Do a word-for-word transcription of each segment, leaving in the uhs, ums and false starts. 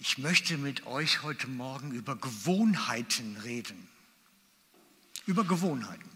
Ich möchte mit euch heute Morgen über Gewohnheiten reden. Über Gewohnheiten.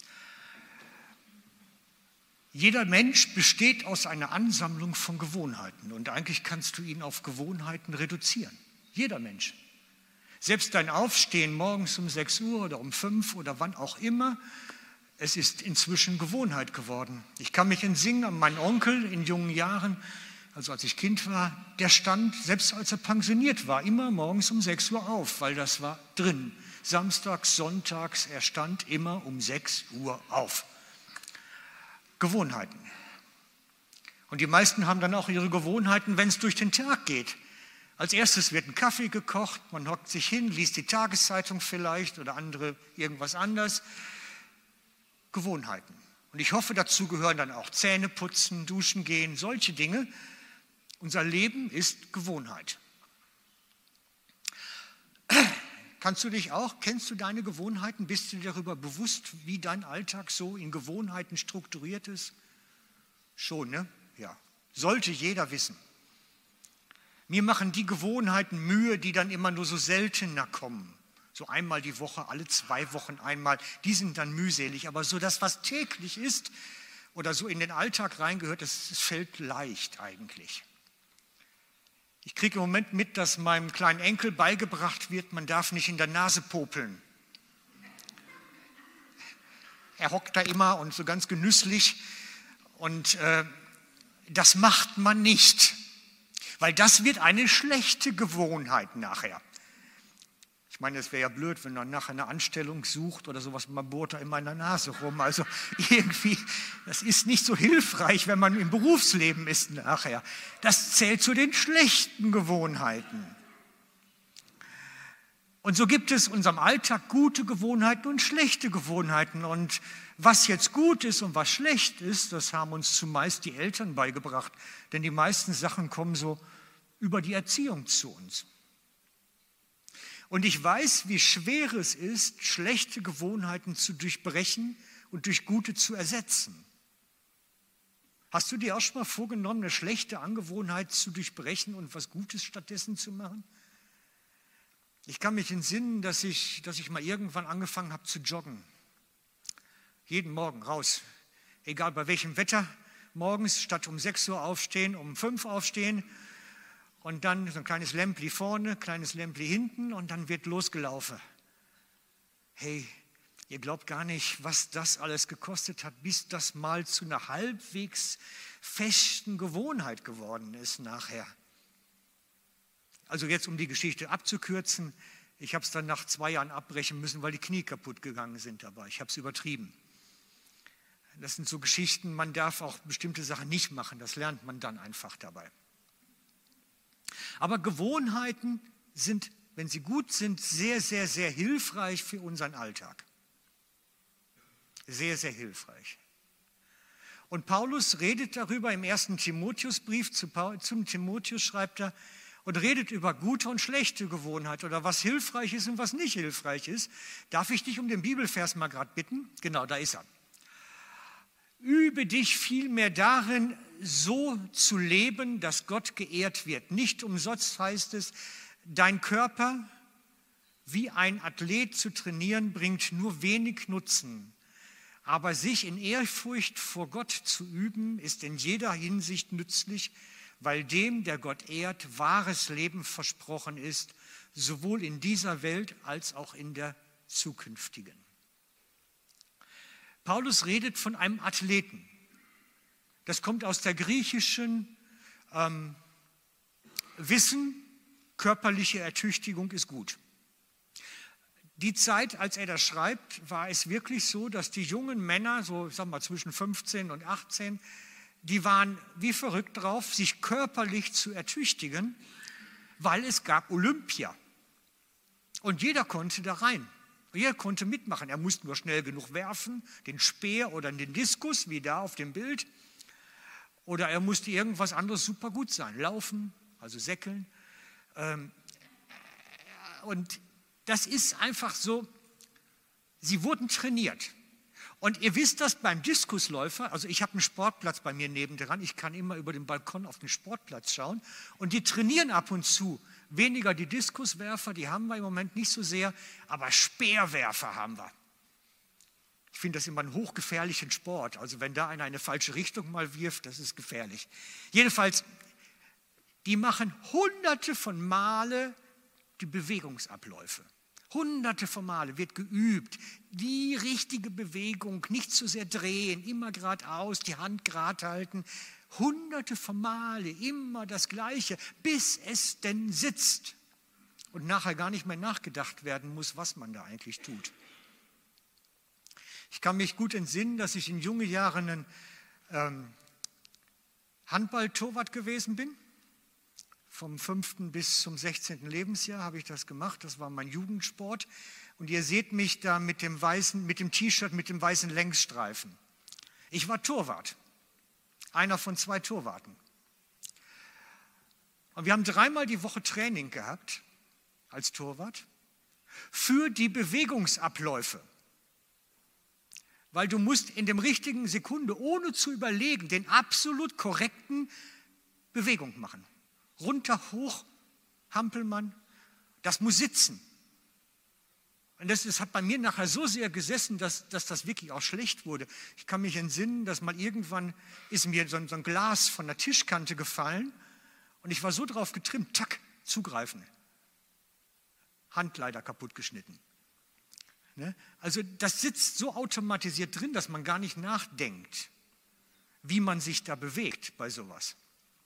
Jeder Mensch besteht aus einer Ansammlung von Gewohnheiten und eigentlich kannst du ihn auf Gewohnheiten reduzieren. Jeder Mensch. Selbst dein Aufstehen morgens um sechs Uhr oder um fünf oder wann auch immer, es ist inzwischen Gewohnheit geworden. Ich kann mich entsinnen an meinen Onkel in jungen Jahren, also als ich Kind war, der stand, selbst als er pensioniert war, immer morgens um sechs Uhr auf, weil das war drin. Samstags, sonntags, er stand immer um sechs Uhr auf. Gewohnheiten. Und die meisten haben dann auch ihre Gewohnheiten, wenn es durch den Tag geht. Als erstes wird ein Kaffee gekocht, man hockt sich hin, liest die Tageszeitung vielleicht oder andere irgendwas anderes. Gewohnheiten. Und ich hoffe, dazu gehören dann auch Zähne putzen, duschen gehen, solche Dinge. Unser Leben ist Gewohnheit. Kannst du dich auch, kennst du deine Gewohnheiten? Bist du dir darüber bewusst, wie dein Alltag so in Gewohnheiten strukturiert ist? Schon, ne? Ja. Sollte jeder wissen. Mir machen die Gewohnheiten Mühe, die dann immer nur so seltener kommen. So einmal die Woche, alle zwei Wochen einmal. Die sind dann mühselig. Aber so das, was täglich ist oder so in den Alltag reingehört, das, das fällt leicht eigentlich. Ich kriege im Moment mit, dass meinem kleinen Enkel beigebracht wird, man darf nicht in der Nase popeln. Er hockt da immer und so ganz genüsslich und äh, das macht man nicht, weil das wird eine schlechte Gewohnheit nachher. Ich meine, es wäre ja blöd, wenn man nachher eine Anstellung sucht oder sowas, man bohrt da immer in der Nase rum. Also irgendwie, das ist nicht so hilfreich, wenn man im Berufsleben ist nachher. Das zählt zu den schlechten Gewohnheiten. Und so gibt es in unserem Alltag gute Gewohnheiten und schlechte Gewohnheiten. Und was jetzt gut ist und was schlecht ist, das haben uns zumeist die Eltern beigebracht. Denn die meisten Sachen kommen so über die Erziehung zu uns. Und ich weiß, wie schwer es ist, schlechte Gewohnheiten zu durchbrechen und durch gute zu ersetzen. Hast du dir auch schon mal vorgenommen, eine schlechte Angewohnheit zu durchbrechen und was Gutes stattdessen zu machen? Ich kann mich entsinnen, dass ich, dass ich mal irgendwann angefangen habe zu joggen. Jeden Morgen raus, egal bei welchem Wetter, morgens statt um sechs Uhr aufstehen, um fünf aufstehen. Und dann so ein kleines Lämpli vorne, kleines Lämpli hinten und dann wird losgelaufen. Hey, ihr glaubt gar nicht, was das alles gekostet hat, bis das mal zu einer halbwegs festen Gewohnheit geworden ist nachher. Also jetzt, um die Geschichte abzukürzen, ich habe es dann nach zwei Jahren abbrechen müssen, weil die Knie kaputt gegangen sind dabei. Ich habe es übertrieben. Das sind so Geschichten, man darf auch bestimmte Sachen nicht machen, das lernt man dann einfach dabei. Aber Gewohnheiten sind, wenn sie gut sind, sehr, sehr, sehr hilfreich für unseren Alltag. Sehr, sehr hilfreich. Und Paulus redet darüber im ersten Timotheusbrief, zu Paul, zum Timotheus schreibt er, und redet über gute und schlechte Gewohnheiten oder was hilfreich ist und was nicht hilfreich ist. Darf ich dich um den Bibelvers mal gerade bitten? Genau, da ist er. Übe dich vielmehr darin, so zu leben, dass Gott geehrt wird. Nicht umsonst heißt es, dein Körper wie ein Athlet zu trainieren, bringt nur wenig Nutzen. Aber sich in Ehrfurcht vor Gott zu üben, ist in jeder Hinsicht nützlich, weil dem, der Gott ehrt, wahres Leben versprochen ist, sowohl in dieser Welt als auch in der zukünftigen. Paulus redet von einem Athleten. Das kommt aus der griechischen ähm, Wissen, körperliche Ertüchtigung ist gut. Die Zeit, als er das schreibt, war es wirklich so, dass die jungen Männer, so sagen wir mal zwischen fünfzehn und achtzehn, die waren wie verrückt drauf, sich körperlich zu ertüchtigen, weil es gab Olympia. Und jeder konnte da rein. Jeder konnte mitmachen. Er musste nur schnell genug werfen, den Speer oder den Diskus, wie da auf dem Bild. Oder er musste irgendwas anderes super gut sein. Laufen, also säckeln. Und das ist einfach so, sie wurden trainiert. Und ihr wisst das beim Diskusläufer, also ich habe einen Sportplatz bei mir nebendran, ich kann immer über den Balkon auf den Sportplatz schauen und die trainieren ab und zu. Weniger die Diskuswerfer, die haben wir im Moment nicht so sehr, aber Speerwerfer haben wir. Ich finde das immer einen hochgefährlichen Sport, also wenn da einer in eine falsche Richtung mal wirft, das ist gefährlich. Jedenfalls, die machen hunderte von Male die Bewegungsabläufe. Hunderte von Male wird geübt, die richtige Bewegung, nicht zu sehr drehen, immer geradeaus, die Hand gerade halten. Hunderte von Male, immer das Gleiche, bis es denn sitzt und nachher gar nicht mehr nachgedacht werden muss, was man da eigentlich tut. Ich kann mich gut entsinnen, dass ich in jungen Jahren ein ähm, Handball-Torwart gewesen bin. Vom fünften bis zum sechzehnten Lebensjahr habe ich das gemacht. Das war mein Jugendsport. Und ihr seht mich da mit dem weißen, mit dem T-Shirt mit dem weißen Längsstreifen. Ich war Torwart. Einer von zwei Torwarten. Und wir haben dreimal die Woche Training gehabt als Torwart für die Bewegungsabläufe. Weil du musst in dem richtigen Sekunde, ohne zu überlegen, den absolut korrekten Bewegung machen. Runter, hoch, Hampelmann, das muss sitzen. Und das, das hat bei mir nachher so sehr gesessen, dass, dass das wirklich auch schlecht wurde. Ich kann mich entsinnen, dass mal irgendwann ist mir so ein, so ein Glas von der Tischkante gefallen und ich war so drauf getrimmt, tack, zugreifen. Hand leider kaputt geschnitten. Ne? Also das sitzt so automatisiert drin, dass man gar nicht nachdenkt, wie man sich da bewegt bei sowas.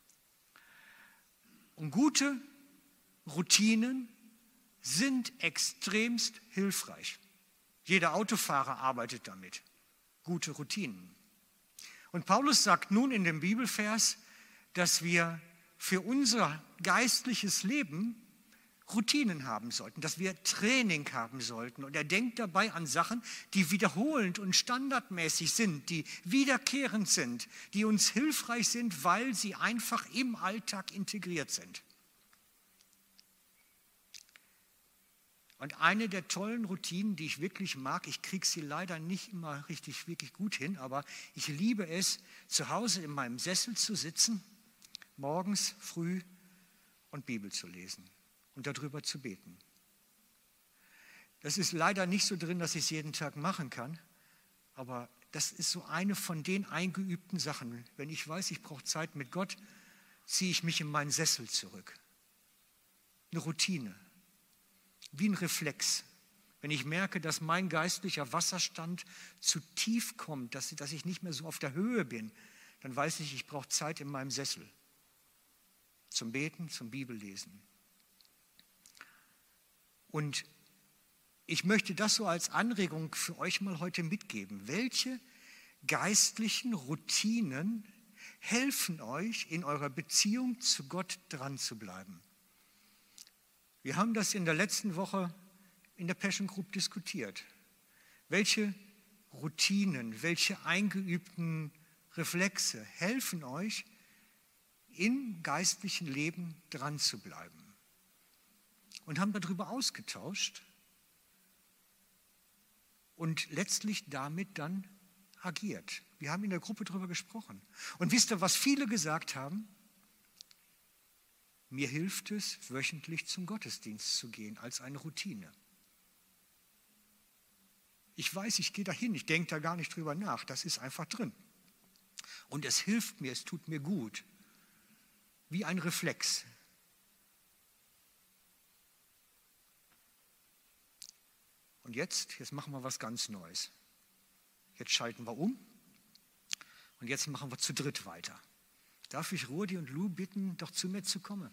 Und gute Routinen sind extremst hilfreich. Jeder Autofahrer arbeitet damit. Gute Routinen. Und Paulus sagt nun in dem Bibelvers, dass wir für unser geistliches Leben Routinen haben sollten, dass wir Training haben sollten. Und er denkt dabei an Sachen, die wiederholend und standardmäßig sind, die wiederkehrend sind, die uns hilfreich sind, weil sie einfach im Alltag integriert sind. Und eine der tollen Routinen, die ich wirklich mag, ich kriege sie leider nicht immer richtig, wirklich gut hin, aber ich liebe es, zu Hause in meinem Sessel zu sitzen, morgens früh und Bibel zu lesen. Und darüber zu beten. Das ist leider nicht so drin, dass ich es jeden Tag machen kann, aber das ist so eine von den eingeübten Sachen. Wenn ich weiß, ich brauche Zeit mit Gott, ziehe ich mich in meinen Sessel zurück. Eine Routine, wie ein Reflex. Wenn ich merke, dass mein geistlicher Wasserstand zu tief kommt, dass, dass ich nicht mehr so auf der Höhe bin, dann weiß ich, ich brauche Zeit in meinem Sessel. Zum Beten, zum Bibellesen. Und ich möchte das so als Anregung für euch mal heute mitgeben. Welche geistlichen Routinen helfen euch, in eurer Beziehung zu Gott dran zu bleiben? Wir haben das in der letzten Woche in der Passion Group diskutiert. Welche Routinen, welche eingeübten Reflexe helfen euch, im geistlichen Leben dran zu bleiben? Und haben darüber ausgetauscht und letztlich damit dann agiert. Wir haben in der Gruppe darüber gesprochen. Und wisst ihr, was viele gesagt haben? Mir hilft es, wöchentlich zum Gottesdienst zu gehen, als eine Routine. Ich weiß, ich gehe dahin, ich denke da gar nicht drüber nach, das ist einfach drin. Und es hilft mir, es tut mir gut, wie ein Reflex. Und jetzt, jetzt machen wir was ganz Neues. Jetzt schalten wir um und jetzt machen wir zu dritt weiter. Darf ich Rudi und Lou bitten, doch zu mir zu kommen?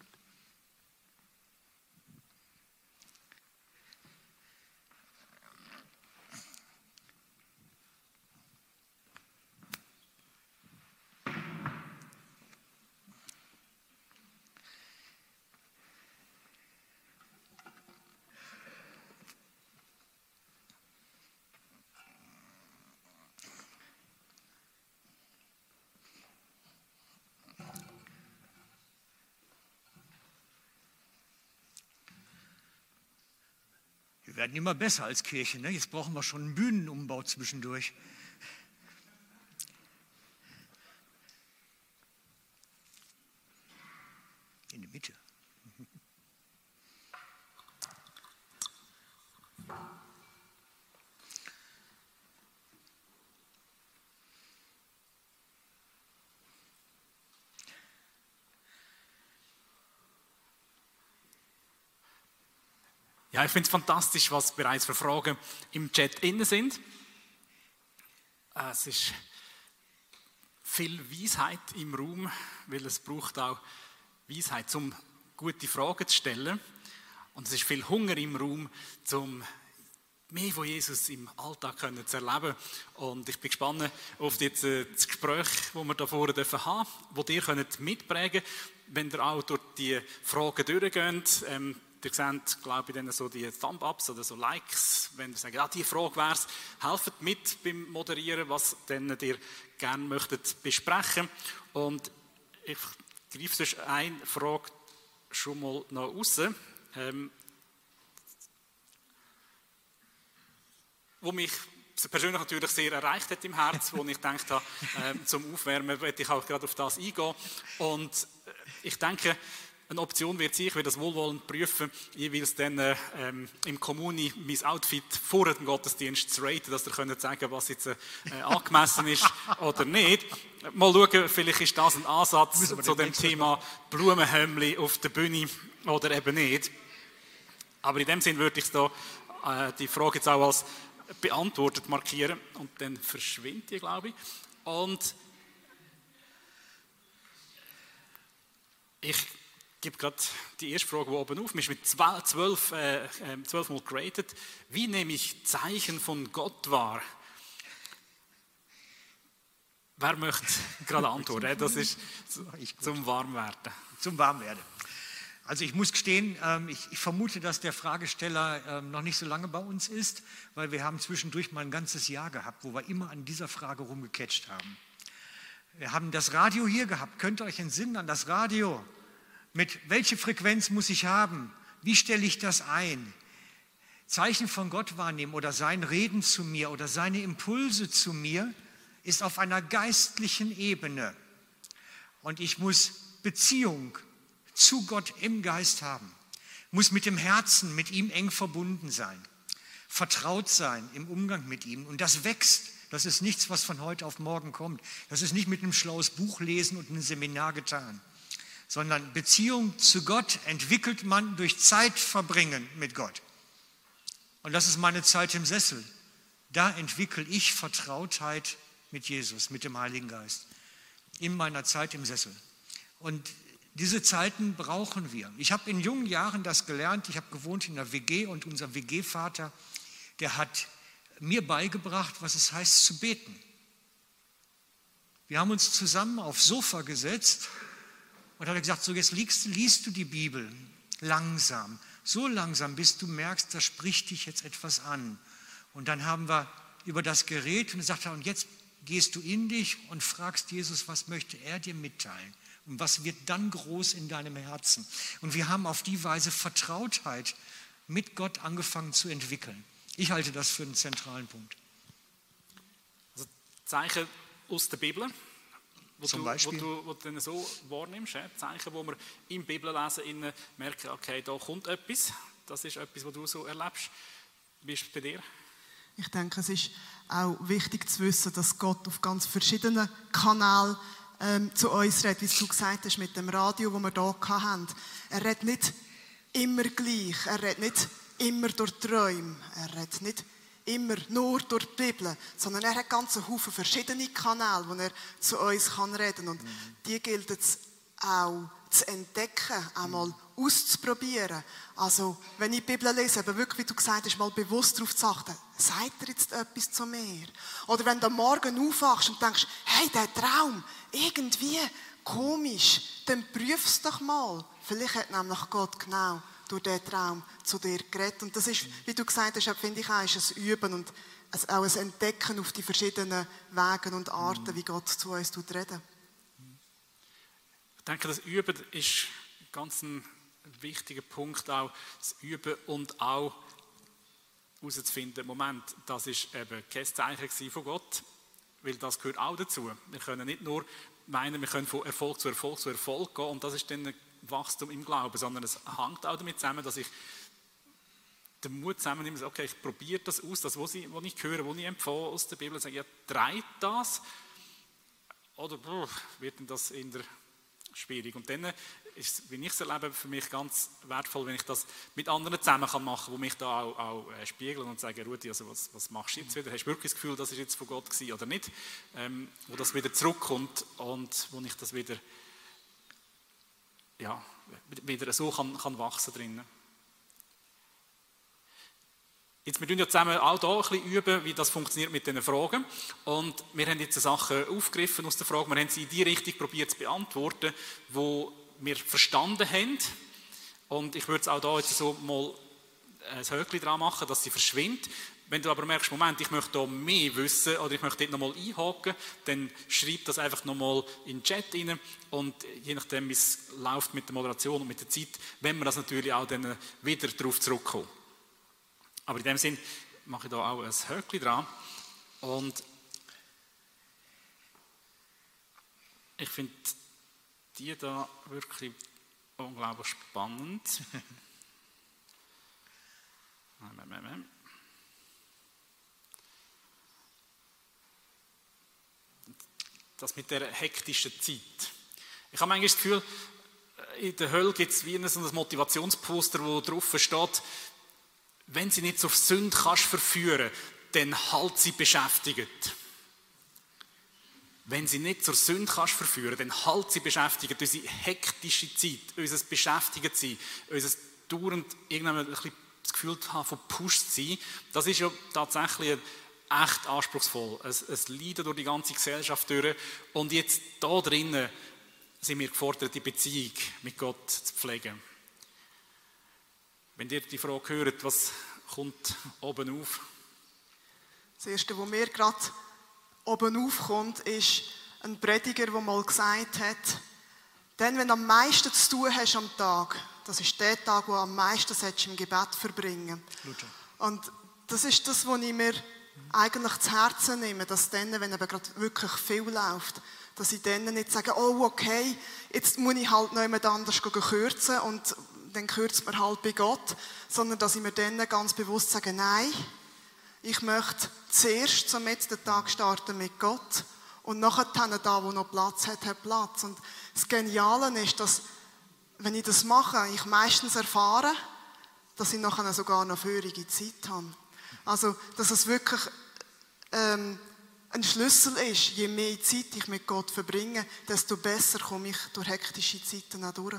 Wir werden immer besser als Kirche, ne? Jetzt brauchen wir schon einen Bühnenumbau zwischendurch. in die Mitte. Ja, ich finde es fantastisch, was bereits für Fragen im Chat drin sind. Es ist viel Weisheit im Raum, weil es braucht auch Weisheit, um gute Fragen zu stellen. Und es ist viel Hunger im Raum, um mehr von Jesus im Alltag können zu erleben. Und ich bin gespannt auf jetzt das Gespräch, das wir hier vorne haben dürfen, das ihr mitprägen könnt, wenn ihr auch durch die Fragen durchgeht. Ähm, Ihr seht, glaube ich, dann so die Thumb-Ups oder so Likes, wenn ihr sagt, ja, diese Frage wäre es, helft mit beim Moderieren, was dann ihr gerne möchtet besprechen. Und ich greife sonst eine Frage schon mal noch raus, ähm, wo mich persönlich natürlich sehr erreicht hat im Herz, wo ich gedacht habe, äh, zum Aufwärmen werde ich auch gerade auf das eingehen. Und ich denke, eine Option wird sein, ich werde das wohlwollend prüfen, jeweils dann ähm, im Kommuni mein Outfit vor dem Gottesdienst zu raten, dass ihr könnt sagen, was jetzt äh, angemessen ist oder nicht. Mal schauen, vielleicht ist das ein Ansatz zu dem Thema Blumenhömmli auf der Bühne oder eben nicht. Aber in dem Sinn würde ich da, äh, die Frage jetzt auch als beantwortet markieren und dann verschwindet die, glaube ich. Und ich Ich gebe gerade die erste Frage, die oben auf ist, mit zwölf, äh, zwölf Mal geratet. Wie nehme ich Zeichen von Gott wahr? Wer möchte gerade antworten? Das ist zum Warmwerden. Zum Warmwerden. Also ich muss gestehen, ähm, ich, ich vermute, dass der Fragesteller ähm, noch nicht so lange bei uns ist, weil wir haben zwischendurch mal ein ganzes Jahr gehabt, wo wir immer an dieser Frage rumgecatcht haben. Wir haben das Radio hier gehabt. Könnt ihr euch entsinnen an das Radio? Mit welche Frequenz muss ich haben? Wie stelle ich das ein? Zeichen von Gott wahrnehmen oder sein Reden zu mir oder seine Impulse zu mir ist auf einer geistlichen Ebene. Und ich muss Beziehung zu Gott im Geist haben, muss mit dem Herzen mit ihm eng verbunden sein, vertraut sein im Umgang mit ihm. Und das wächst. Das ist nichts, was von heute auf morgen kommt. Das ist nicht mit einem schlaues Buch lesen und einem Seminar getan. Sondern Beziehung zu Gott entwickelt man durch Zeitverbringen mit Gott. Und das ist meine Zeit im Sessel. Da entwickle ich Vertrautheit mit Jesus, mit dem Heiligen Geist. In meiner Zeit im Sessel. Und diese Zeiten brauchen wir. Ich habe in jungen Jahren das gelernt. Ich habe gewohnt in einer W G und unser W G-Vater, der hat mir beigebracht, was es heißt zu beten. Wir haben uns zusammen aufs Sofa gesetzt und hat gesagt, so jetzt liest, liest du die Bibel langsam, so langsam, bis du merkst, da spricht dich jetzt etwas an. Und dann haben wir über das Gerät und sagt er, und jetzt gehst du in dich und fragst Jesus, was möchte er dir mitteilen? Und was wird dann groß in deinem Herzen? Und wir haben auf die Weise Vertrautheit mit Gott angefangen zu entwickeln. Ich halte das für einen zentralen Punkt. Also Zeichen aus der Bibel, wo Zum du, Beispiel? Wo du, wo du dann so wahrnimmst, ja? Zeichen, wo wir im Bibellesen merken, okay, da kommt etwas. Das ist etwas, was du so erlebst. Wie ist es bei dir? Ich denke, es ist auch wichtig zu wissen, dass Gott auf ganz verschiedenen Kanälen ähm, zu uns redet, wie du gesagt hast, mit dem Radio, das wir hier hatten. Er redet nicht immer gleich, er redet nicht immer durch Träume, er redet nicht immer nur durch die Bibel, sondern er hat ganz einen Haufen verschiedene Kanäle, wo er zu uns kann reden kann. Und mhm. die gilt es auch zu entdecken, einmal auszuprobieren. Also, wenn ich die Bibel lese, aber wirklich, wie du gesagt hast, mal bewusst darauf zu achten, sagt er jetzt etwas zu mir? Oder wenn du am Morgen aufwachst und denkst, hey, der Traum, irgendwie komisch, dann prüf es doch mal. Vielleicht hat nämlich Gott genau durch diesen Traum zu dir geredet. Und das ist, wie du gesagt hast, finde ich auch, ist ein Üben und auch ein Entdecken auf die verschiedenen Wege und Arten, wie Gott zu uns redet. Ich denke, das Üben ist ganz ein wichtiger Punkt, auch das Üben und auch herauszufinden, Moment, das ist eben kein Zeichen von Gott, weil das gehört auch dazu. Wir können nicht nur meinen, wir können von Erfolg zu Erfolg zu Erfolg gehen und das ist dann Wachstum im Glauben, sondern es hängt auch damit zusammen, dass ich den Mut zusammennehme, okay, ich probiere das aus, das, was ich, was ich höre, was ich empfehle aus der Bibel, sage, ja, treibt das, oder bruh, wird denn das eher schwierig? Und dann ist, wie ich es erlebe, für mich ganz wertvoll, wenn ich das mit anderen zusammen kann machen kann, die mich da auch, auch äh, spiegeln und sagen, Rudi, also was, was machst du jetzt wieder? Hast du wirklich das Gefühl, das ist jetzt von Gott gewesen oder nicht? Ähm, wo das wieder zurückkommt und wo ich das wieder, ja, wieder so kann, kann wachsen drinnen. Jetzt, wir üben ja zusammen auch hier ein bisschen üben, wie das funktioniert mit diesen Fragen. Und wir haben jetzt Sachen aufgegriffen aus der Frage, wir haben sie in die Richtung probiert zu beantworten, wo wir verstanden haben. Und ich würde es auch hier jetzt so mal ein Häkchen dran machen, dass sie verschwindet. Wenn du aber merkst, Moment, ich möchte hier mehr wissen oder ich möchte dort nochmal einhaken, dann schreib das einfach nochmal in den Chat rein. Und je nachdem, wie es läuft mit der Moderation und mit der Zeit, wenn wir das natürlich auch dann wieder darauf zurückkommen. Aber in dem Sinn mache ich da auch ein Häkchen dran. Und ich finde die da wirklich unglaublich spannend. Das mit der hektischen Zeit. Ich habe manchmal das Gefühl, in der Hölle gibt es wie ein Motivationsposter, wo drauf steht, wenn sie nicht auf Sünde kannst verführen, dann halt sie beschäftigt. Wenn sie nicht zur Sünde kannst verführen, dann halt sie beschäftigt. Unsere hektische Zeit, unser Beschäftigt sein, unser dauernd irgendwann ein bisschen das Gefühl zu haben, von gepusht sein, das ist ja tatsächlich echt anspruchsvoll. Es, es leidet durch die ganze Gesellschaft durch. Und jetzt da drinnen sind wir gefordert, die Beziehung mit Gott zu pflegen. Wenn ihr die Frage hört, was kommt oben auf? Das Erste, was mir gerade oben aufkommt, ist ein Prediger, der mal gesagt hat, dann, wenn du am meisten zu tun hast am Tag, das ist der Tag, wo du am meisten im Gebet verbringen solltest. Und das ist das, was ich mir eigentlich zu Herzen nehme, dass dann, wenn eben gerade wirklich viel läuft, dass ich dann nicht sage, oh okay, jetzt muss ich halt noch jemand anders kürzen und dann kürzt man halt bei Gott, sondern dass ich mir dann ganz bewusst sage, nein, ich möchte zuerst zum jetzt den Tag starten mit Gott und nachher da, wo noch Platz hat, hat Platz. Und das Geniale ist, dass, wenn ich das mache, ich meistens erfahre, dass ich nachher sogar noch feurige Zeit habe. Also, dass es wirklich ähm, ein Schlüssel ist, je mehr Zeit ich mit Gott verbringe, desto besser komme ich durch hektische Zeiten auch durch.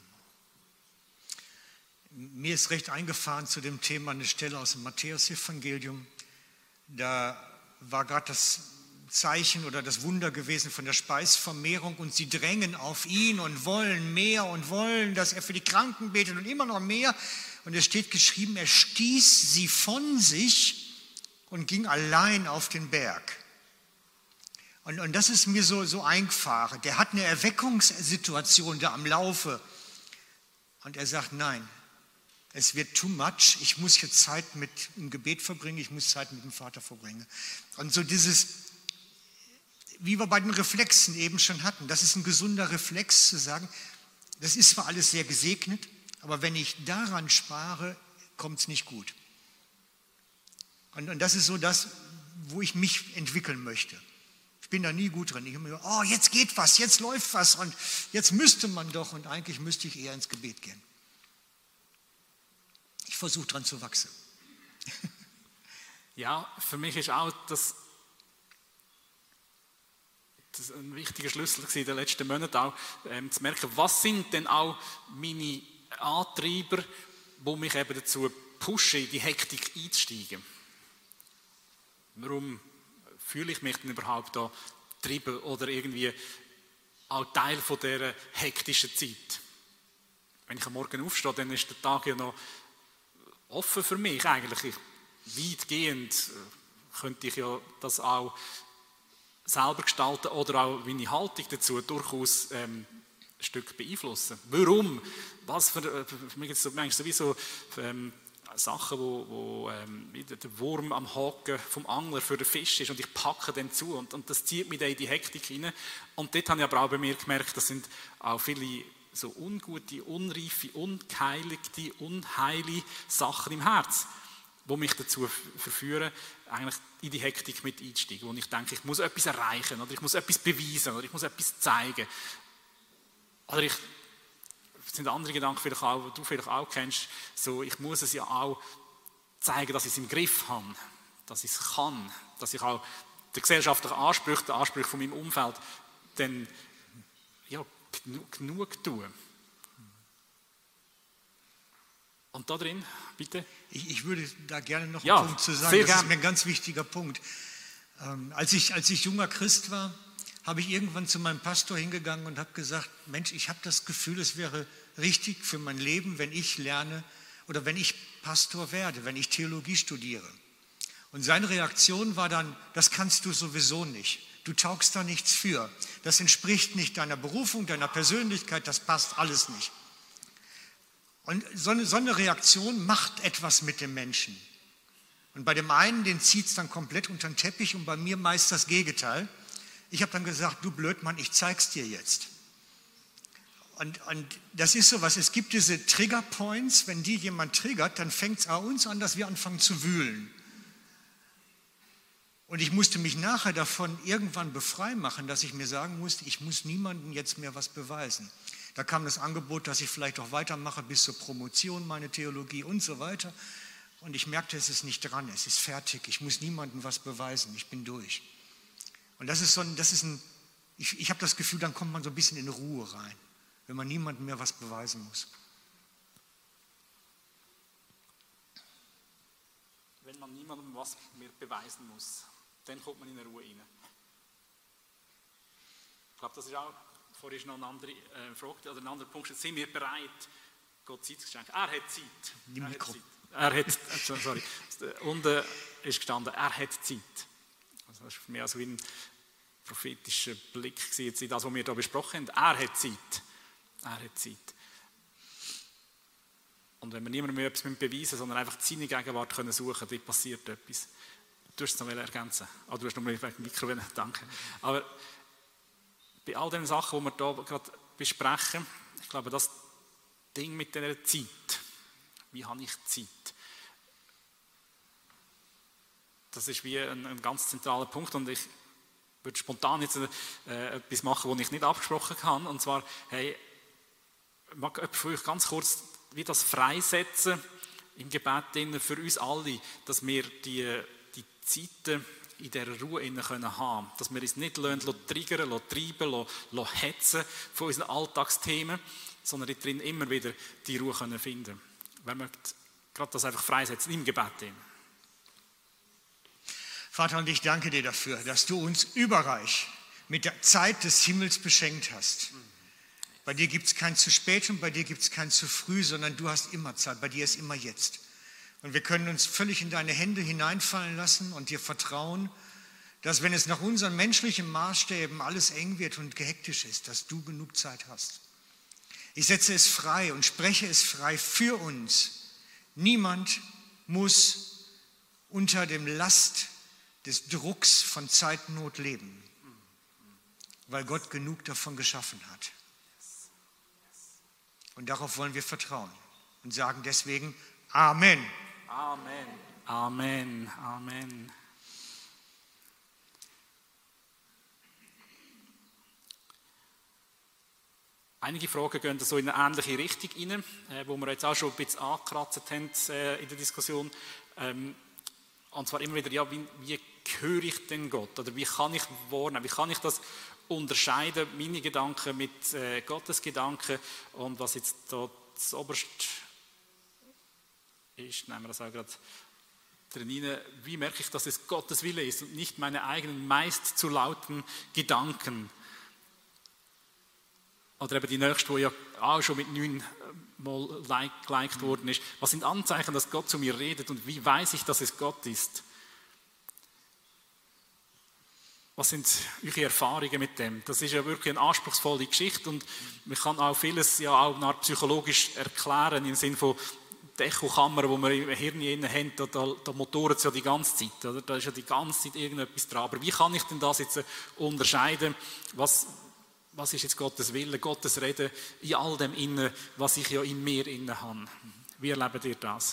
Mir ist recht eingefahren zu dem Thema eine Stelle aus dem Matthäus-Evangelium. Da war gerade das Zeichen oder das Wunder gewesen von der Speisvermehrung und sie drängen auf ihn und wollen mehr und wollen, dass er für die Kranken betet und immer noch mehr. Und es steht geschrieben, er stieß sie von sich und ging allein auf den Berg. Und, und das ist mir so, so eingefahren. Der hat eine Erweckungssituation da am Laufe. Und er sagt, nein, es wird too much, ich muss jetzt Zeit mit im Gebet verbringen, ich muss Zeit mit dem Vater verbringen. Und so dieses, wie wir bei den Reflexen eben schon hatten, das ist ein gesunder Reflex zu sagen, das ist zwar alles sehr gesegnet, aber wenn ich daran spare, kommt es nicht gut. Und, und das ist so das, wo ich mich entwickeln möchte. Ich bin da nie gut drin. Ich habe mir, oh, jetzt geht was, jetzt läuft was und jetzt müsste man doch und eigentlich müsste ich eher ins Gebet gehen. Ich versuche dran zu wachsen. Ja, für mich ist auch das, das ein wichtiger Schlüssel in den letzten Monaten auch, ähm, zu merken, was sind denn auch meine Antreiber, die mich eben dazu pushen, in die Hektik einzusteigen. Warum fühle ich mich denn überhaupt da getrieben oder irgendwie auch Teil von dieser hektischen Zeit? Wenn ich am Morgen aufstehe, dann ist der Tag ja noch offen für mich eigentlich. Weitgehend könnte ich ja das auch selber gestalten oder auch meine Haltung dazu durchaus ähm, ein Stück beeinflussen. Warum? Was für, für mich ist es sowieso ähm, Sachen, wo, wo ähm, der Wurm am Haken vom Angler für den Fisch ist und ich packe den zu und, und das zieht mich dann in die Hektik rein. Und dort habe ich aber auch bei mir gemerkt, das sind auch viele so ungute, unreife, ungeheiligte, unheile Sachen im Herz, die mich dazu verführen, eigentlich in die Hektik mit einzusteigen, wo ich denke, ich muss etwas erreichen oder ich muss etwas beweisen oder ich muss etwas zeigen. Oder ich, das sind andere Gedanken, vielleicht auch, die du vielleicht auch kennst, so, ich muss es ja auch zeigen, dass ich es im Griff habe, dass ich es kann, dass ich auch den gesellschaftlichen Ansprüchen, den Ansprüchen von meinem Umfeld dann ja, genug, genug tue. Und da drin, bitte? Ich, ich würde da gerne noch ja, einen Punkt zu sagen. Sehr das gern. ist mir ein ganz wichtiger Punkt. Ähm, als, ich, als ich junger Christ war, habe ich irgendwann zu meinem Pastor hingegangen und habe gesagt, Mensch, ich habe das Gefühl, es wäre richtig für mein Leben, wenn ich lerne oder wenn ich Pastor werde, wenn ich Theologie studiere. Und seine Reaktion war dann, das kannst du sowieso nicht. Du taugst da nichts für. Das entspricht nicht deiner Berufung, deiner Persönlichkeit, das passt alles nicht. Und so eine, so eine Reaktion macht etwas mit dem Menschen. Und bei dem einen, den zieht es dann komplett unter den Teppich und bei mir meist das Gegenteil. Ich habe dann gesagt, du Blödmann, ich zeig's dir jetzt. Und, und das ist sowas, es gibt diese Triggerpoints, wenn die jemand triggert, dann fängt es an uns an, dass wir anfangen zu wühlen. Und ich musste mich nachher davon irgendwann befrei machen, dass ich mir sagen musste, ich muss niemandem jetzt mehr was beweisen. Da kam das Angebot, dass ich vielleicht auch weitermache bis zur Promotion, meine Theologie und so weiter. Und ich merkte, es ist nicht dran, es ist fertig. Ich muss niemandem was beweisen, ich bin durch. Und das ist so ein, das ist ein, ich, ich habe das Gefühl, dann kommt man so ein bisschen in Ruhe rein, wenn man niemandem mehr was beweisen muss. Wenn man niemandem was mehr beweisen muss, dann kommt man in eine Ruhe rein. Ich glaube, das ist auch, vorher ist noch eine andere äh, Frage, oder ein anderer Punkt, sind wir bereit, Gott Zeit zu schenken? Er hat Zeit. Die er Mikro. hat Zeit. Er hat, äh, sorry, unten ist gestanden, er hat Zeit. Also das war für mich also wie ein prophetischer Blick gewesen, jetzt in das, was wir hier besprochen haben. Er hat Zeit. Er hat Zeit. Und wenn wir niemandem mehr etwas beweisen, sondern einfach seine Gegenwart können suchen, dann passiert etwas. Du hast es noch ergänzen. Ah, du hast noch mal wegen dem Mikro, danke. Aber bei all den Sachen, die wir hier gerade besprechen, ich glaube, das Ding mit dieser Zeit, wie habe ich Zeit? Das ist wie ein, ein ganz zentraler Punkt und ich würde spontan jetzt äh, etwas machen, was ich nicht abgesprochen habe. Und zwar, hey, mag jemand von euch ganz kurz wie das freisetzen im Gebet für uns alle, dass wir die, die Zeiten in dieser Ruhe haben können, dass wir uns nicht lassen, triggern, lassen, treiben, lassen, lassen hetzen von unseren Alltagsthemen, sondern drin immer wieder die Ruhe können finden. Wer möchte gerade das einfach freisetzen im Gebet? Vater, und ich danke dir dafür, dass du uns überreich mit der Zeit des Himmels beschenkt hast. Bei dir gibt es kein zu spät und bei dir gibt es kein zu früh, sondern du hast immer Zeit, bei dir ist immer jetzt. Und wir können uns völlig in deine Hände hineinfallen lassen und dir vertrauen, dass wenn es nach unseren menschlichen Maßstäben alles eng wird und gehektisch ist, dass du genug Zeit hast. Ich setze es frei und spreche es frei für uns. Niemand muss unter dem Last des Drucks von Zeitnot leben, weil Gott genug davon geschaffen hat. Und darauf wollen wir vertrauen und sagen deswegen Amen. Amen. Amen. Amen. Einige Fragen gehen so in eine ähnliche Richtung rein, äh, wo wir jetzt auch schon ein bisschen angekratzt haben äh, in der Diskussion. Ähm, und zwar immer wieder, ja, wie, wie höre ich denn Gott? Oder wie kann ich wahrnehmen? Wie kann ich das unterscheiden, meine Gedanken mit äh, Gottes Gedanken? Und was jetzt da das Oberste ist, nehmen wir das auch gerade drin rein, wie merke ich, dass es Gottes Wille ist und nicht meine eigenen meist zu lauten Gedanken? Oder eben die nächste, die ja auch schon mit neun Mal like, geliked worden ist. Was sind Anzeichen, dass Gott zu mir redet und wie weiß ich, dass es Gott ist? Was sind eure Erfahrungen mit dem? Das ist ja wirklich eine anspruchsvolle Geschichte und man kann auch vieles ja auch nach psychologisch erklären, im Sinne von der Echokammer, die wir im Hirn haben, da, da, da motoren es ja die ganze Zeit, oder? Da ist ja die ganze Zeit irgendetwas dran. Aber wie kann ich denn das jetzt unterscheiden? Was was ist jetzt Gottes Wille, Gottes Reden in all dem Innen, was ich ja in mir innen habe. Wie erlebt ihr das?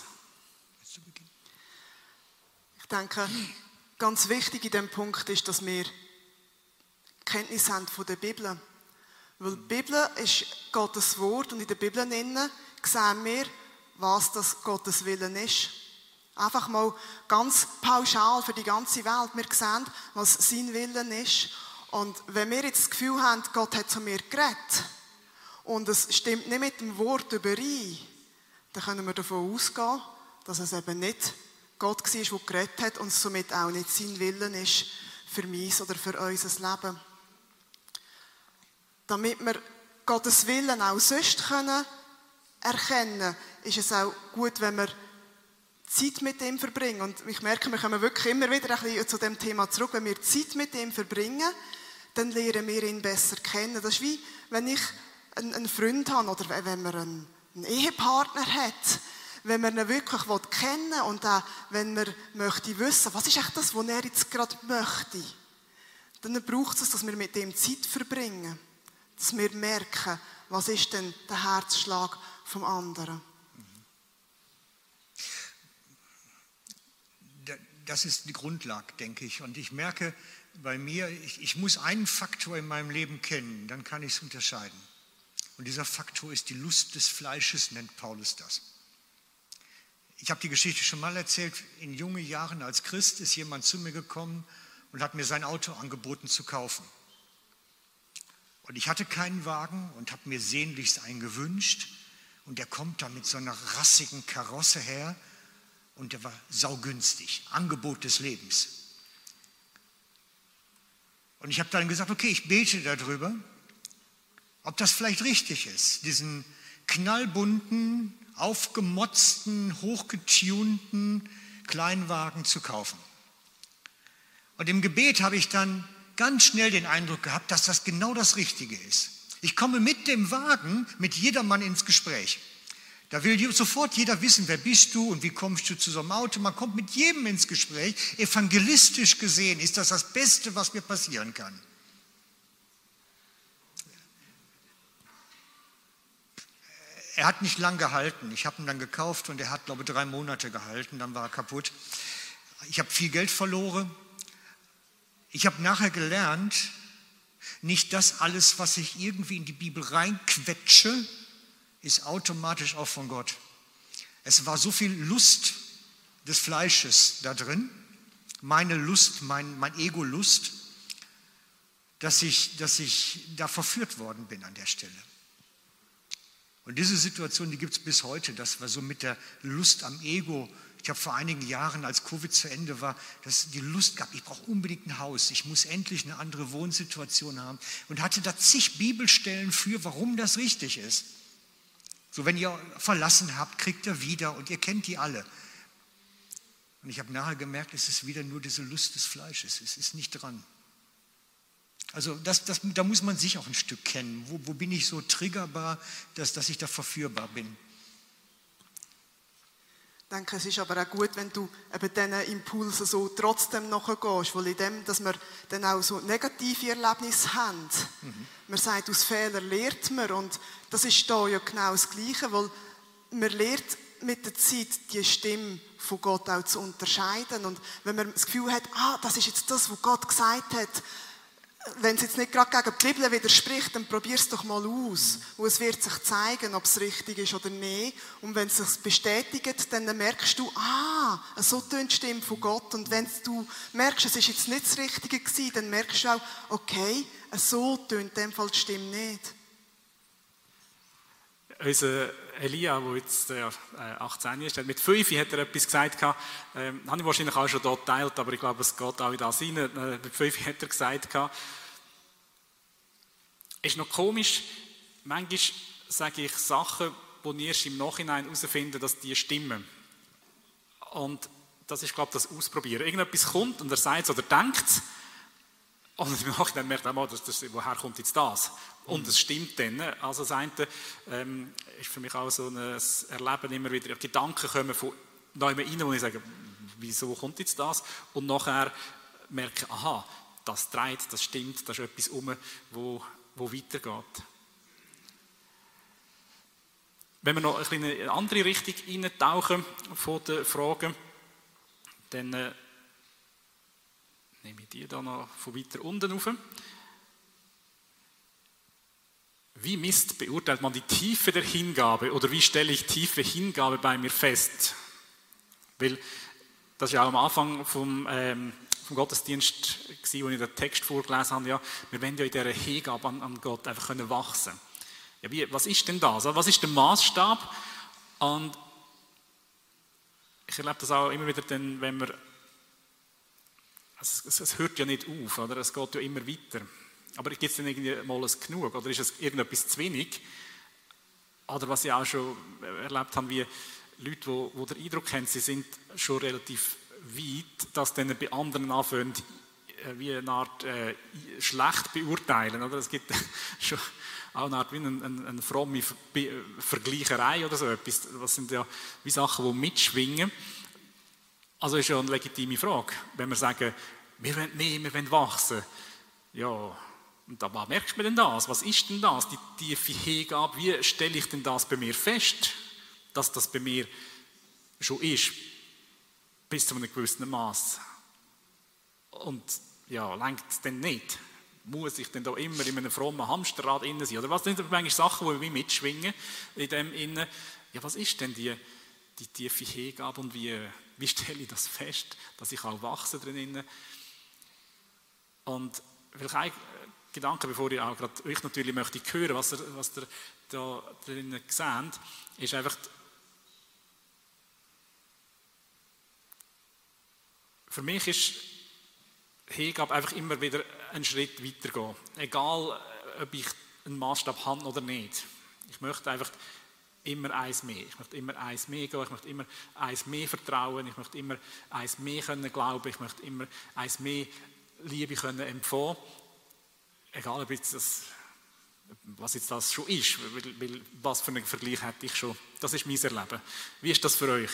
Ich denke, ganz wichtig in diesem Punkt ist, dass wir Kenntnis haben von der Bibel. Weil die Bibel ist Gottes Wort und in der Bibel sehen wir, was das Gottes Willen ist. Einfach mal ganz pauschal für die ganze Welt. Wir sehen, was sein Willen ist. Und wenn wir jetzt das Gefühl haben, Gott hat zu mir geredet und es stimmt nicht mit dem Wort überein, dann können wir davon ausgehen, dass es eben nicht Gott war, der geredet hat und es somit auch nicht sein Willen ist für mich oder für unser Leben. Damit wir Gottes Willen auch sonst können erkennen, ist es auch gut, wenn wir Zeit mit ihm verbringen. Und ich merke, wir kommen wirklich immer wieder ein bisschen zu dem Thema zurück. Wenn wir Zeit mit ihm verbringen, dann lernen wir ihn besser kennen. Das ist wie, wenn ich einen Freund habe oder wenn man einen Ehepartner hat. Wenn man ihn wirklich kennen will und auch, wenn man möchte wissen, was ist echt das, was er jetzt gerade möchte, dann braucht es, dass wir mit ihm Zeit verbringen. Dass wir merken, was ist denn der Herzschlag vom anderen. Das ist die Grundlage, denke ich. Und ich merke bei mir, ich, ich muss einen Faktor in meinem Leben kennen, dann kann ich es unterscheiden. Und dieser Faktor ist die Lust des Fleisches, nennt Paulus das. Ich habe die Geschichte schon mal erzählt. In jungen Jahren als Christ ist jemand zu mir gekommen und hat mir sein Auto angeboten zu kaufen. Und ich hatte keinen Wagen und habe mir sehnlichst einen gewünscht. Und der kommt da mit so einer rassigen Karosse her und der war saugünstig. Angebot des Lebens. Und ich habe dann gesagt, okay, ich bete darüber, ob das vielleicht richtig ist, diesen knallbunten, aufgemotzten, hochgetunten Kleinwagen zu kaufen. Und im Gebet habe ich dann ganz schnell den Eindruck gehabt, dass das genau das Richtige ist. Ich komme mit dem Wagen mit jedermann ins Gespräch. Da will sofort jeder wissen, wer bist du und wie kommst du zu so einem Auto. Man kommt mit jedem ins Gespräch. Evangelistisch gesehen ist das das Beste, was mir passieren kann. Er hat nicht lang gehalten. Ich habe ihn dann gekauft und er hat, glaube ich, drei Monate gehalten. Dann war er kaputt. Ich habe viel Geld verloren. Ich habe nachher gelernt, nicht das alles, was ich irgendwie in die Bibel reinquetsche, ist automatisch auch von Gott. Es war so viel Lust des Fleisches da drin, meine Lust, mein, mein Ego-Lust, dass ich, dass ich da verführt worden bin an der Stelle. Und diese Situation, die gibt es bis heute, dass wir so mit der Lust am Ego, ich habe vor einigen Jahren, als Covid zu Ende war, dass die Lust gab, ich brauche unbedingt ein Haus, ich muss endlich eine andere Wohnsituation haben und hatte da zig Bibelstellen für, warum das richtig ist. So, wenn ihr verlassen habt, kriegt ihr wieder und ihr kennt die alle. Und ich habe nachher gemerkt, es ist wieder nur diese Lust des Fleisches, es ist nicht dran. Also das, das, da muss man sich auch ein Stück kennen. Wo, wo bin ich so triggerbar, dass, dass ich da verführbar bin? Ich denke, es ist aber auch gut, wenn du eben diesen Impulsen so trotzdem nachgehst, weil in dem, dass wir dann auch so negative Erlebnisse haben. Mhm. Man sagt, aus Fehlern lernt man und das ist da ja genau das Gleiche, weil man lernt mit der Zeit die Stimme von Gott auch zu unterscheiden und wenn man das Gefühl hat, ah, das ist jetzt das, was Gott gesagt hat, wenn es jetzt nicht gerade gegen die Bibel widerspricht, dann probier es doch mal aus. Und es wird sich zeigen, ob es richtig ist oder nicht. Und wenn es sich bestätigt, dann merkst du, ah, so tönt die Stimme von Gott. Und wenn du merkst, es ist jetzt nicht das Richtige gewesen, dann merkst du auch, okay, so tönt in dem Fall die Stimme nicht. Unser Elia, der jetzt äh, achtzehn ist, mit fünf hat er etwas gesagt, ähm, habe ich wahrscheinlich auch schon dort geteilt, aber ich glaube, es geht auch in das rein. Äh, mit fünf hat er gesagt, es ist noch komisch, manchmal sage ich Sachen, die ich erst im Nachhinein herausfinde, dass die stimmen. Und das ist, glaube ich, das Ausprobieren. Irgendetwas kommt und er sagt es oder denkt es, und im Nachhinein merkt man, das, das, woher kommt jetzt das? Und es stimmt dann. Also das eine ähm, ist für mich auch so ein Erleben, immer wieder Gedanken kommen von neuem rein, wo ich sage, wieso kommt jetzt das? Und nachher merke ich, aha, das dreht, das stimmt, da ist etwas rum, wo, wo weitergeht. Wenn wir noch in eine andere Richtung eintauchen von den Fragen, dann äh, nehme ich die da noch von weiter unten rauf. Wie misst, beurteilt man die Tiefe der Hingabe oder wie stelle ich tiefe Hingabe bei mir fest? Weil das war ja auch am Anfang vom, ähm, vom Gottesdienst, gewesen, wo ich den Text vorgelesen habe, ja, wir wollen ja in dieser Hingabe an, an Gott einfach können wachsen. Ja, wie, was ist denn das? Was ist der Maßstab? Und ich erlebe das auch immer wieder, dann, wenn wir, also es, es hört ja nicht auf, oder? Es geht ja immer weiter. Aber gibt es denn irgendwie mal ein Genug? Oder ist es irgendetwas zu wenig? Oder was ich auch schon erlebt habe, wie Leute, die, die den Eindruck haben, sie sind schon relativ weit, dass dann bei anderen anfangen, wie eine Art äh, schlecht beurteilen. Oder? Es gibt schon auch eine Art wie eine, eine, eine fromme Vergleicherei oder so etwas. Das sind ja wie Sachen, die mitschwingen. Also ist ja eine legitime Frage. Wenn wir sagen, wir wollen mehr, wir wollen wachsen. Ja, und aber merkt man denn das? Was ist denn das, die tiefe Hingabe? Wie stelle ich denn das bei mir fest, dass das bei mir schon ist, bis zu einem gewissen Maß? Und ja, lenkt es denn nicht? Muss ich denn da immer in einem frommen Hamsterrad innen sein? Oder was sind manchmal Sachen, die wir mitschwingen in dem innen? Ja, was ist denn die, die tiefe Hingabe und wie, wie stelle ich das fest, dass ich auch wachse drin? Und vielleicht ein Gedanke, bevor ich auch gerade euch natürlich möchte hören, was ihr, was ihr da drinnen seht, ist einfach, für mich ist Hingabe einfach immer wieder einen Schritt weitergehen. Egal, ob ich einen Maßstab habe oder nicht. Ich möchte einfach immer eins mehr. Ich möchte immer eins mehr gehen, ich möchte immer eins mehr vertrauen, ich möchte immer eins mehr können glauben, ich möchte immer eins mehr Liebe können empfangen. Egal, ob jetzt das, was jetzt das schon ist, weil, weil was für einen Vergleich hätte ich schon. Das ist mein Erleben. Wie ist das für euch?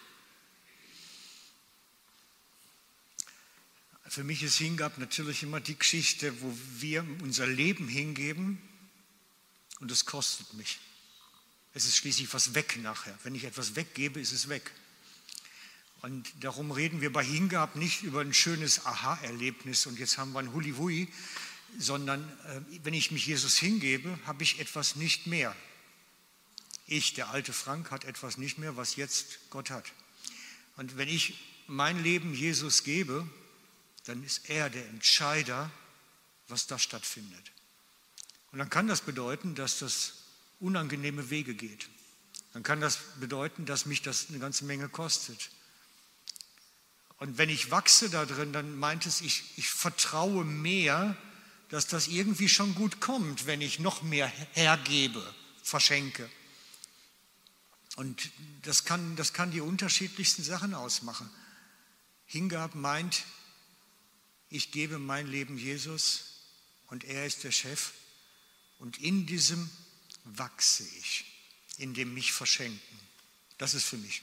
Für mich ist Hingabe natürlich immer die Geschichte, wo wir unser Leben hingeben und es kostet mich. Es ist schließlich was weg nachher. Wenn ich etwas weggebe, ist es weg. Und darum reden wir bei Hingabe nicht über ein schönes Aha-Erlebnis und jetzt haben wir ein Hui-Hui, sondern äh, wenn ich mich Jesus hingebe, habe ich etwas nicht mehr. Ich, der alte Frank, hat etwas nicht mehr, was jetzt Gott hat. Und wenn ich mein Leben Jesus gebe, dann ist er der Entscheider, was da stattfindet. Und dann kann das bedeuten, dass das unangenehme Wege geht. Dann kann das bedeuten, dass mich das eine ganze Menge kostet. Und wenn ich wachse da drin, dann meint es, ich, ich vertraue mehr, dass das irgendwie schon gut kommt, wenn ich noch mehr hergebe, verschenke. Und das kann, das kann die unterschiedlichsten Sachen ausmachen. Hingabe meint, ich gebe mein Leben Jesus und er ist der Chef. Und in diesem wachse ich, in dem mich verschenken. Das ist für mich.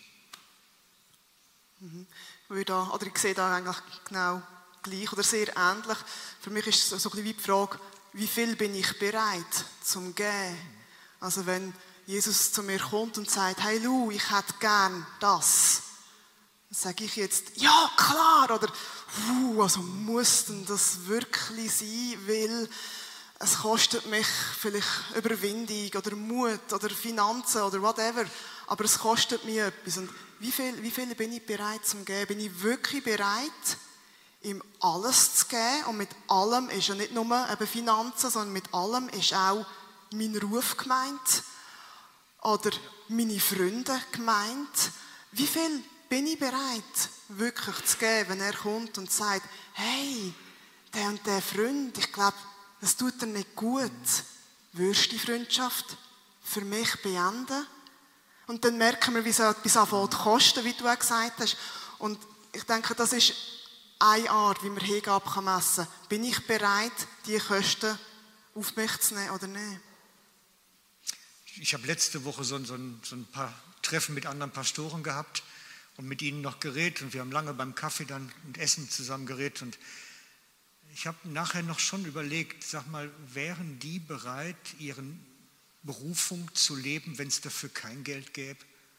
Mhm. Ich, da, oder ich sehe da eigentlich genau gleich oder sehr ähnlich. Für mich ist so, so ein bisschen wie die Frage, wie viel bin ich bereit zum Geben? Also wenn Jesus zu mir kommt und sagt, hey Lou, ich hätte gern das. Dann sage ich jetzt, ja klar, oder uh, also muss denn das wirklich sein, weil es kostet mich vielleicht Überwindung oder Mut oder Finanzen oder whatever, aber es kostet mich etwas. Und wie viel, wie viel bin ich bereit zum Geben? Bin ich wirklich bereit, ihm alles zu geben? Und mit allem ist ja nicht nur eben Finanzen, sondern mit allem ist auch mein Ruf gemeint oder meine Freunde gemeint. Wie viel bin ich bereit, wirklich zu geben, wenn er kommt und sagt, hey, der und der Freund, ich glaube, das tut dir nicht gut. Würdest du die Freundschaft für mich beenden? Und dann merken wir, wie so etwas anfängt zu kosten, wie du auch gesagt hast. Und ich denke, das ist eine Art, wie man Hingabe messen kann. Bin ich bereit, diese Kosten auf mich zu nehmen oder nicht? Ich habe letzte Woche so, so, ein, so ein paar Treffen mit anderen Pastoren gehabt und mit ihnen noch geredet. Und wir haben lange beim Kaffee dann und Essen zusammen geredet. Und Ich habe nachher noch schon überlegt, sag mal, wären die bereit, ihre Berufung zu leben, wenn es dafür kein Geld gäbe?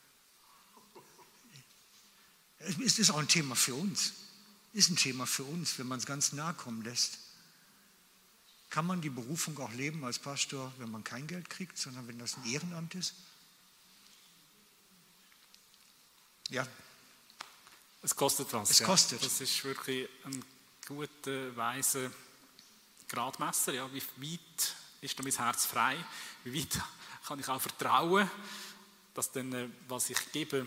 Es ist auch ein Thema für uns. Ist ein Thema für uns, wenn man es ganz nahe kommen lässt. Kann man die Berufung auch leben als Pastor, wenn man kein Geld kriegt, sondern wenn das ein Ehrenamt ist? Ja. Es kostet was. Es kostet. Ja. Das ist wirklich ein guter, weiser Gradmesser. Ja. Wie weit ist da mein Herz frei? Wie weit kann ich auch vertrauen, dass dann, was ich gebe,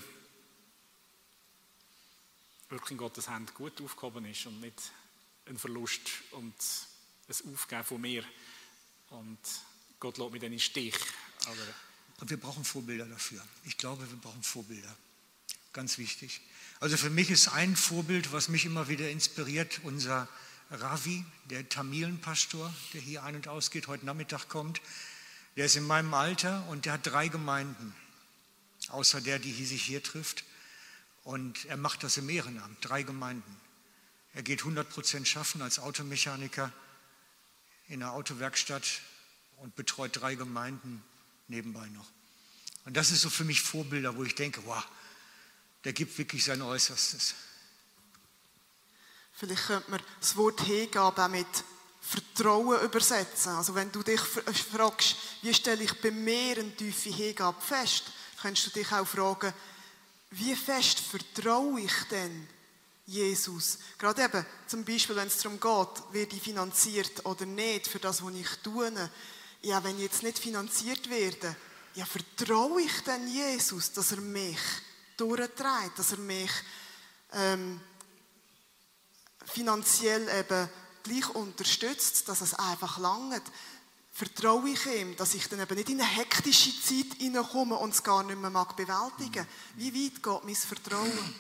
wirklich in Gottes Hand gut aufgehoben ist und nicht ein Verlust und ein Aufgeben von mir. Und Gott lässt mich dann in den Stich. Aber und wir brauchen Vorbilder dafür. Ich glaube, wir brauchen Vorbilder. Ganz wichtig. Also für mich ist ein Vorbild, was mich immer wieder inspiriert, unser Ravi, der Tamilenpastor, der hier ein- und ausgeht, heute Nachmittag kommt. Der ist in meinem Alter und der hat drei Gemeinden, außer der, die sich hier trifft. Und er macht das im Ehrenamt, drei Gemeinden. Er geht hundert Prozent schaffen als Automechaniker in einer Autowerkstatt und betreut drei Gemeinden nebenbei noch. Und das ist so für mich Vorbilder, wo ich denke, wow, der gibt wirklich sein Äußerstes. Vielleicht könnte man das Wort Hingabe auch mit Vertrauen übersetzen. Also wenn du dich fragst, wie stelle ich bei mir eine tiefe Hingabe fest, kannst du dich auch fragen, wie fest vertraue ich denn Jesus? Gerade eben, zum Beispiel, wenn es darum geht, werde ich finanziert oder nicht für das, was ich tue. Ja, wenn ich jetzt nicht finanziert werde, ja, vertraue ich denn Jesus, dass er mich durchträgt, dass er mich ähm, finanziell eben gleich unterstützt, dass es einfach langt. Vertraue ich ihm, dass ich dann eben nicht in eine hektische Zeit hineinkomme und es gar nicht mehr mag bewältigen. Wie weit geht mein Vertrauen?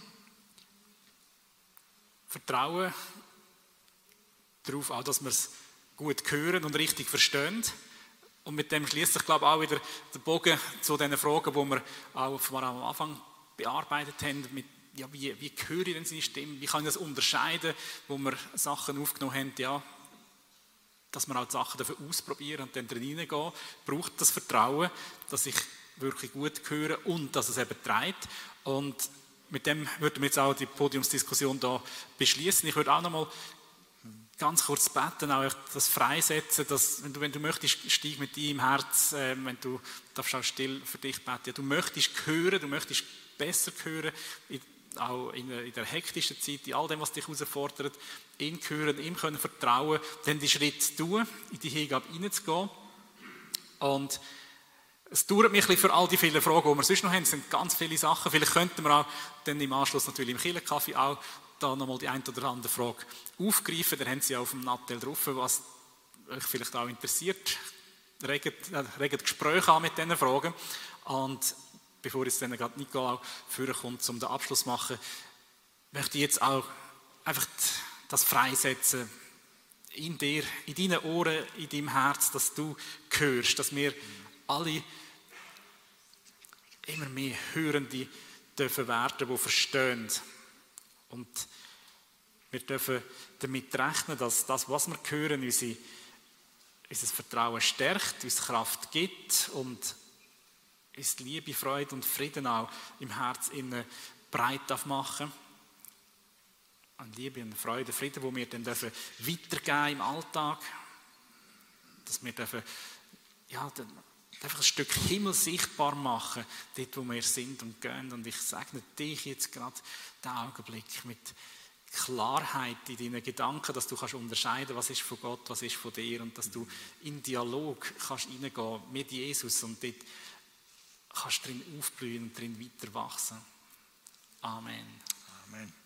Vertrauen darauf auch, dass wir es gut hören und richtig verstehen. Und mit dem schließt sich, glaube ich, auch wieder der Bogen zu den Fragen, die wir auch am Anfang bearbeitet haben. Mit, ja, wie, wie höre ich denn seine Stimme? Wie kann ich das unterscheiden, wo wir Sachen aufgenommen haben? Ja, dass wir auch die Sachen dafür ausprobieren und dann drin hineingehen, braucht das Vertrauen, dass ich wirklich gut höre und dass es eben trägt. Und mit dem würden wir jetzt auch die Podiumsdiskussion hier beschließen. Ich würde auch noch mal ganz kurz beten, auch das freisetzen, dass, wenn du, wenn du möchtest, steig mit dir im Herz, äh, wenn du darfst auch still für dich beten, ja, du möchtest hören, du möchtest besser hören, in, auch in, in der hektischen Zeit, in all dem, was dich herausfordert, ihn hören, ihm können vertrauen, dann die Schritte tun, in die Hingabe hineinzugehen. Und es dauert mich ein bisschen für all die vielen Fragen, die wir sonst noch haben. Es sind ganz viele Sachen. Vielleicht könnten wir auch dann im Anschluss natürlich im Kirchenkaffee auch da nochmal die eine oder andere Frage aufgreifen. Da haben Sie auf dem Nattel drauf, was euch vielleicht auch interessiert. Regt, äh, regt Gespräche an mit diesen Fragen. Und bevor jetzt dann gerade Nicola vorkommt, um den Abschluss zu machen, möchte ich jetzt auch einfach das freisetzen in dir, in deinen Ohren, in deinem Herz, dass du hörst, dass wir alle immer mehr Hörende dürfen werden, die verstehen. Und wir dürfen damit rechnen, dass das, was wir hören, unsere, unser Vertrauen stärkt, uns Kraft gibt und uns Liebe, Freude und Frieden auch im Herz innen breit machen. An Liebe und Freude, Frieden, wo wir dann dürfen weitergeben im Alltag, dass wir dürfen, ja, einfach ein Stück Himmel sichtbar machen, dort, wo wir sind und gehen. Und ich segne dich jetzt gerade den Augenblick mit Klarheit in deinen Gedanken, dass du kannst unterscheiden, was ist von Gott, was ist von dir und dass du in Dialog kannst reingehen mit Jesus und dort kannst drin aufblühen und drin weiter wachsen. Amen. Amen.